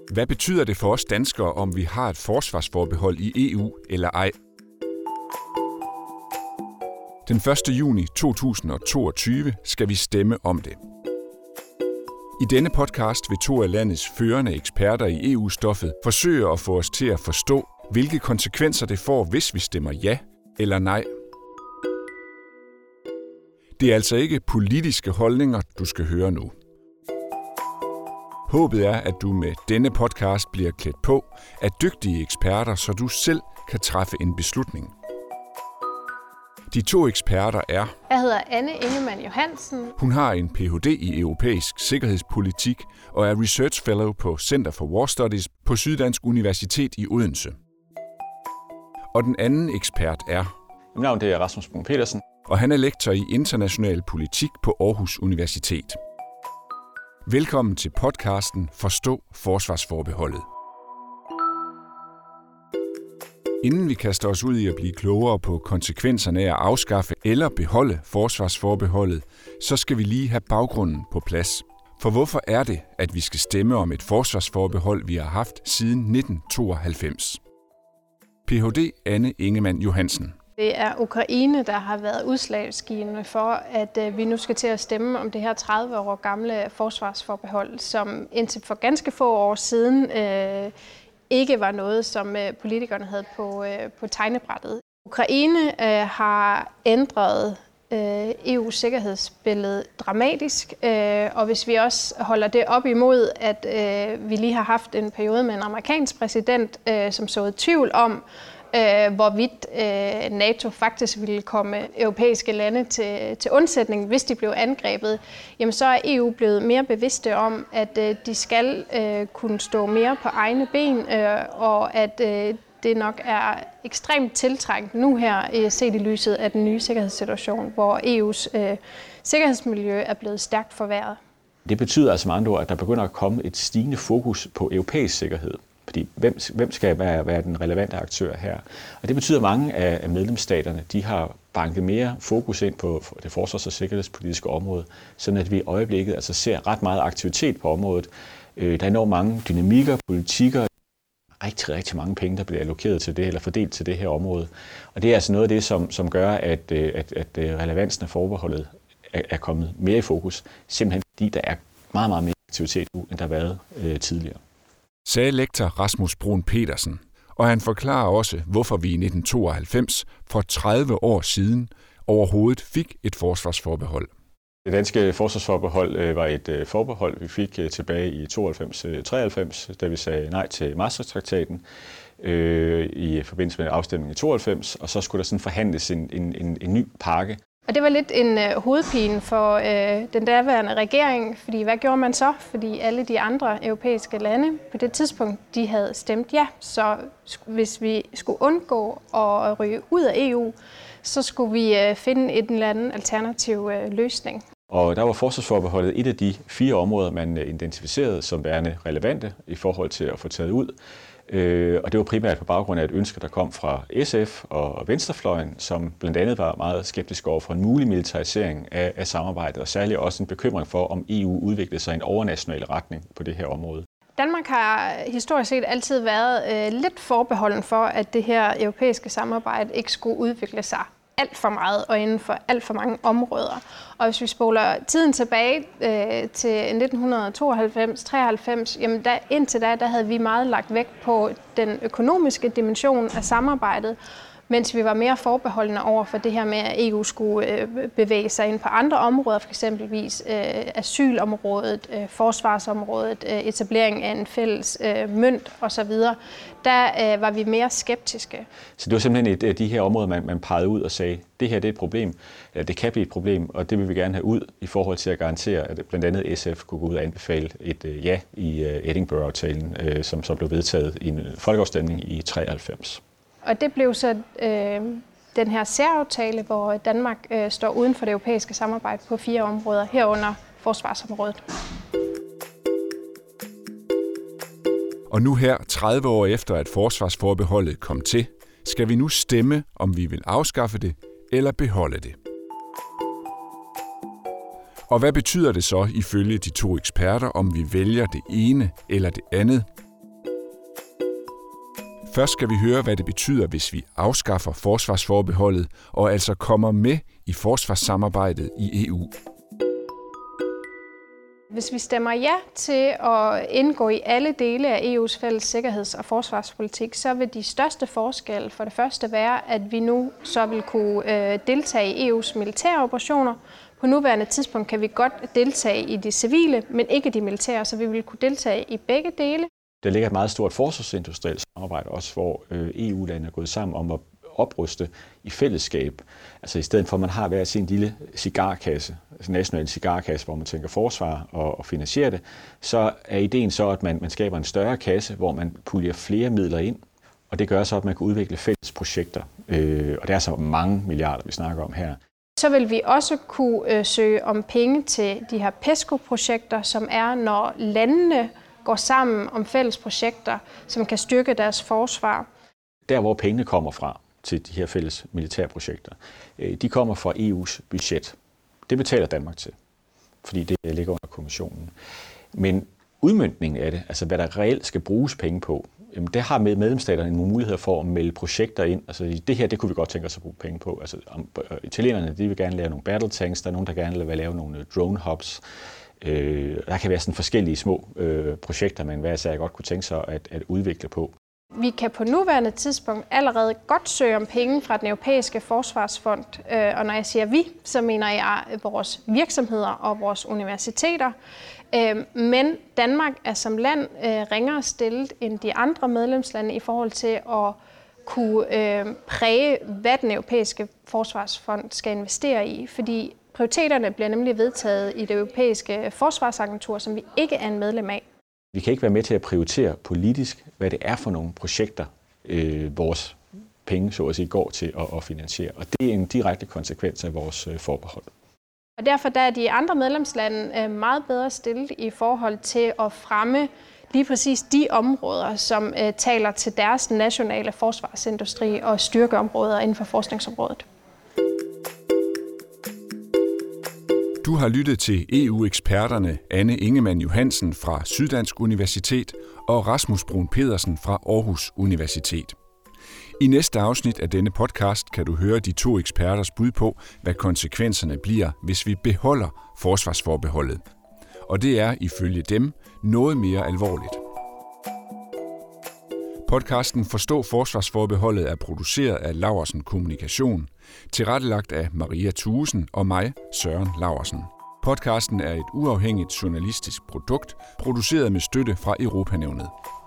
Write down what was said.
Hvad betyder det for os danskere, om vi har et forsvarsforbehold i EU eller ej? Den 1. juni 2022 skal vi stemme om det. I denne podcast vil to af landets førende eksperter i EU-stoffet forsøge at få os til at forstå, hvilke konsekvenser det får, hvis vi stemmer ja eller nej. Det er altså ikke politiske holdninger, du skal høre nu. Håbet er, at du med denne podcast bliver klædt på af dygtige eksperter, så du selv kan træffe en beslutning. De to eksperter er... Jeg hedder Anne Ingemann Johansen. Hun har en Ph.D. i europæisk sikkerhedspolitik og er research fellow på Center for War Studies på Syddansk Universitet i Odense. Og den anden ekspert er... Mit navn er Rasmus Bruun Petersen. Og han er lektor i international politik på Aarhus Universitet. Velkommen til podcasten Forstå forsvarsforbeholdet. Inden vi kaster os ud i at blive klogere på konsekvenserne af at afskaffe eller beholde forsvarsforbeholdet, så skal vi lige have baggrunden på plads. For hvorfor er det, at vi skal stemme om et forsvarsforbehold, vi har haft siden 1992? Ph.D. Anne Ingemann Johansen. Det er Ukraine, der har været udslagsgivende for, at vi nu skal til at stemme om det her 30 år gamle forsvarsforbehold, som indtil for ganske få år siden ikke var noget, som politikerne havde på tegnebrættet. Ukraine har ændret EU's sikkerhedsbillede dramatisk, og hvis vi også holder det op imod, at vi lige har haft en periode med en amerikansk præsident, som såede tvivl om, hvorvidt NATO faktisk ville komme europæiske lande til undsætning, hvis de blev angrebet, jamen så er EU blevet mere bevidste om, at de skal kunne stå mere på egne ben, og at det nok er ekstremt tiltrængt nu her, set i lyset af den nye sikkerhedssituation, hvor EU's sikkerhedsmiljø er blevet stærkt forværret. Det betyder altså med andre ord, at der begynder at komme et stigende fokus på europæisk sikkerhed. Fordi hvem skal være den relevante aktør her? Og det betyder, at mange af medlemsstaterne de har banket mere fokus ind på det forsvars- og sikkerhedspolitiske område, sådan at vi i øjeblikket altså ser ret meget aktivitet på området. Der er enormt mange dynamikker, politikker, rigtig mange penge, der bliver allokeret til det eller fordelt til det her område. Og det er altså noget af det, som gør, at relevansen af forbeholdet er kommet mere i fokus, simpelthen fordi der er meget mere aktivitet nu, end der har været tidligere. Sagde lektor Rasmus Bruun Petersen, og han forklarer også, hvorfor vi i 1992, for 30 år siden, overhovedet fik et forsvarsforbehold. Det danske forsvarsforbehold var et forbehold, vi fik tilbage i 92-93, da vi sagde nej til Maastricht-traktaten i forbindelse med afstemningen i 92, og så skulle der sådan forhandles en ny pakke. Og det var lidt en hovedpine for den daværende regering, fordi hvad gjorde man så? Fordi alle de andre europæiske lande på det tidspunkt, de havde stemt ja. Så hvis vi skulle undgå at ryge ud af EU, så skulle vi finde en eller anden alternativ løsning. Og der var forsvarsforbeholdet et af de 4 områder, man identificerede som værende relevante i forhold til at få taget ud. Og det var primært på baggrund af et ønske, der kom fra SF og Venstrefløjen, som blandt andet var meget skeptisk over for en mulig militarisering af samarbejdet, og særligt også en bekymring for, om EU udviklede sig i en overnational retning på det her område. Danmark har historisk set altid været lidt forbeholden for, at det her europæiske samarbejde ikke skulle udvikle sig alt for meget og inden for alt for mange områder. Og hvis vi spoler tiden tilbage til 1992-93, jamen indtil da havde vi meget lagt vægt på den økonomiske dimension af samarbejdet, mens vi var mere forbeholdende over for det her med, at EU skulle bevæge sig ind på andre områder, for eksempelvis asylområdet, forsvarsområdet, etablering af en fælles mønt osv. Der var vi mere skeptiske. Så det var simpelthen et af de her områder, man pegede ud og sagde, det her det er et problem, det kan blive et problem, og det vil vi gerne have ud i forhold til at garantere, at blandt andet SF kunne gå ud og anbefale et ja i Edinburgh-aftalen, som blev vedtaget i en folkeafstemning i 93. Og det blev så den her særaftale, hvor Danmark står uden for det europæiske samarbejde på 4 områder, herunder forsvarsområdet. Og nu her, 30 år efter at forsvarsforbeholdet kom til, skal vi nu stemme, om vi vil afskaffe det eller beholde det. Og hvad betyder det så ifølge de to eksperter, om vi vælger det ene eller det andet? Først skal vi høre, hvad det betyder, hvis vi afskaffer forsvarsforbeholdet og altså kommer med i forsvarssamarbejdet i EU. Hvis vi stemmer ja til at indgå i alle dele af EU's fælles sikkerheds- og forsvarspolitik, så vil de største forskelle for det første være, at vi nu så vil kunne deltage i EU's militære operationer. På nuværende tidspunkt kan vi godt deltage i de civile, men ikke de militære, så vi vil kunne deltage i begge dele. Der ligger et meget stort forsvarsindustrielt samarbejde også, hvor EU-landene er gået sammen om at opruste i fællesskab. Altså i stedet for, at man har hver sin lille cigarkasse, altså national cigarkasse, hvor man tænker forsvar og finansierer det, så er ideen så, at man skaber en større kasse, hvor man puljer flere midler ind, og det gør så, at man kan udvikle fælles projekter. Og det er så mange milliarder, vi snakker om her. Så vil vi også kunne søge om penge til de her PESCO-projekter, som er, når landene går sammen om fælles projekter, som kan styrke deres forsvar. Der, hvor pengene kommer fra til de her fælles militærprojekter, de kommer fra EU's budget. Det betaler Danmark til, fordi det ligger under kommissionen. Men udmøntningen af det, altså hvad der reelt skal bruges penge på, der har medlemsstaterne nogle muligheder for at melde projekter ind. Altså det her, det kunne vi godt tænke os at bruge penge på. Altså italienerne, de vil gerne lave nogle battle tanks, der er nogen, der gerne vil lave nogle drone hubs. Der kan være sådan forskellige små projekter, man hver sag godt kunne tænke sig at udvikle på. Vi kan på nuværende tidspunkt allerede godt søge om penge fra den europæiske forsvarsfond. Og når jeg siger vi, så mener jeg vores virksomheder og vores universiteter. Men Danmark er som land ringere stillet end de andre medlemslande i forhold til at kunne præge, hvad den europæiske forsvarsfond skal investere i. Fordi prioriteterne bliver nemlig vedtaget i det europæiske forsvarsagentur, som vi ikke er en medlem af. Vi kan ikke være med til at prioritere politisk, hvad det er for nogle projekter, vores penge så at sige, går til at finansiere. Og det er en direkte konsekvens af vores forbehold. Og derfor der er de andre medlemslande meget bedre stillet i forhold til at fremme lige præcis de områder, som taler til deres nationale forsvarsindustri og styrkeområder inden for forskningsområdet. Du har lyttet til EU-eksperterne Anne Ingemann Johansen fra Syddansk Universitet og Rasmus Bruun Pedersen fra Aarhus Universitet. I næste afsnit af denne podcast kan du høre de to eksperters bud på, hvad konsekvenserne bliver, hvis vi beholder forsvarsforbeholdet. Og det er ifølge dem noget mere alvorligt. Podcasten Forstå forsvarsforbeholdet er produceret af Laursen Kommunikation, tilrettelagt af Maria Thuesen og mig, Søren Laursen. Podcasten er et uafhængigt journalistisk produkt, produceret med støtte fra Europanævnet.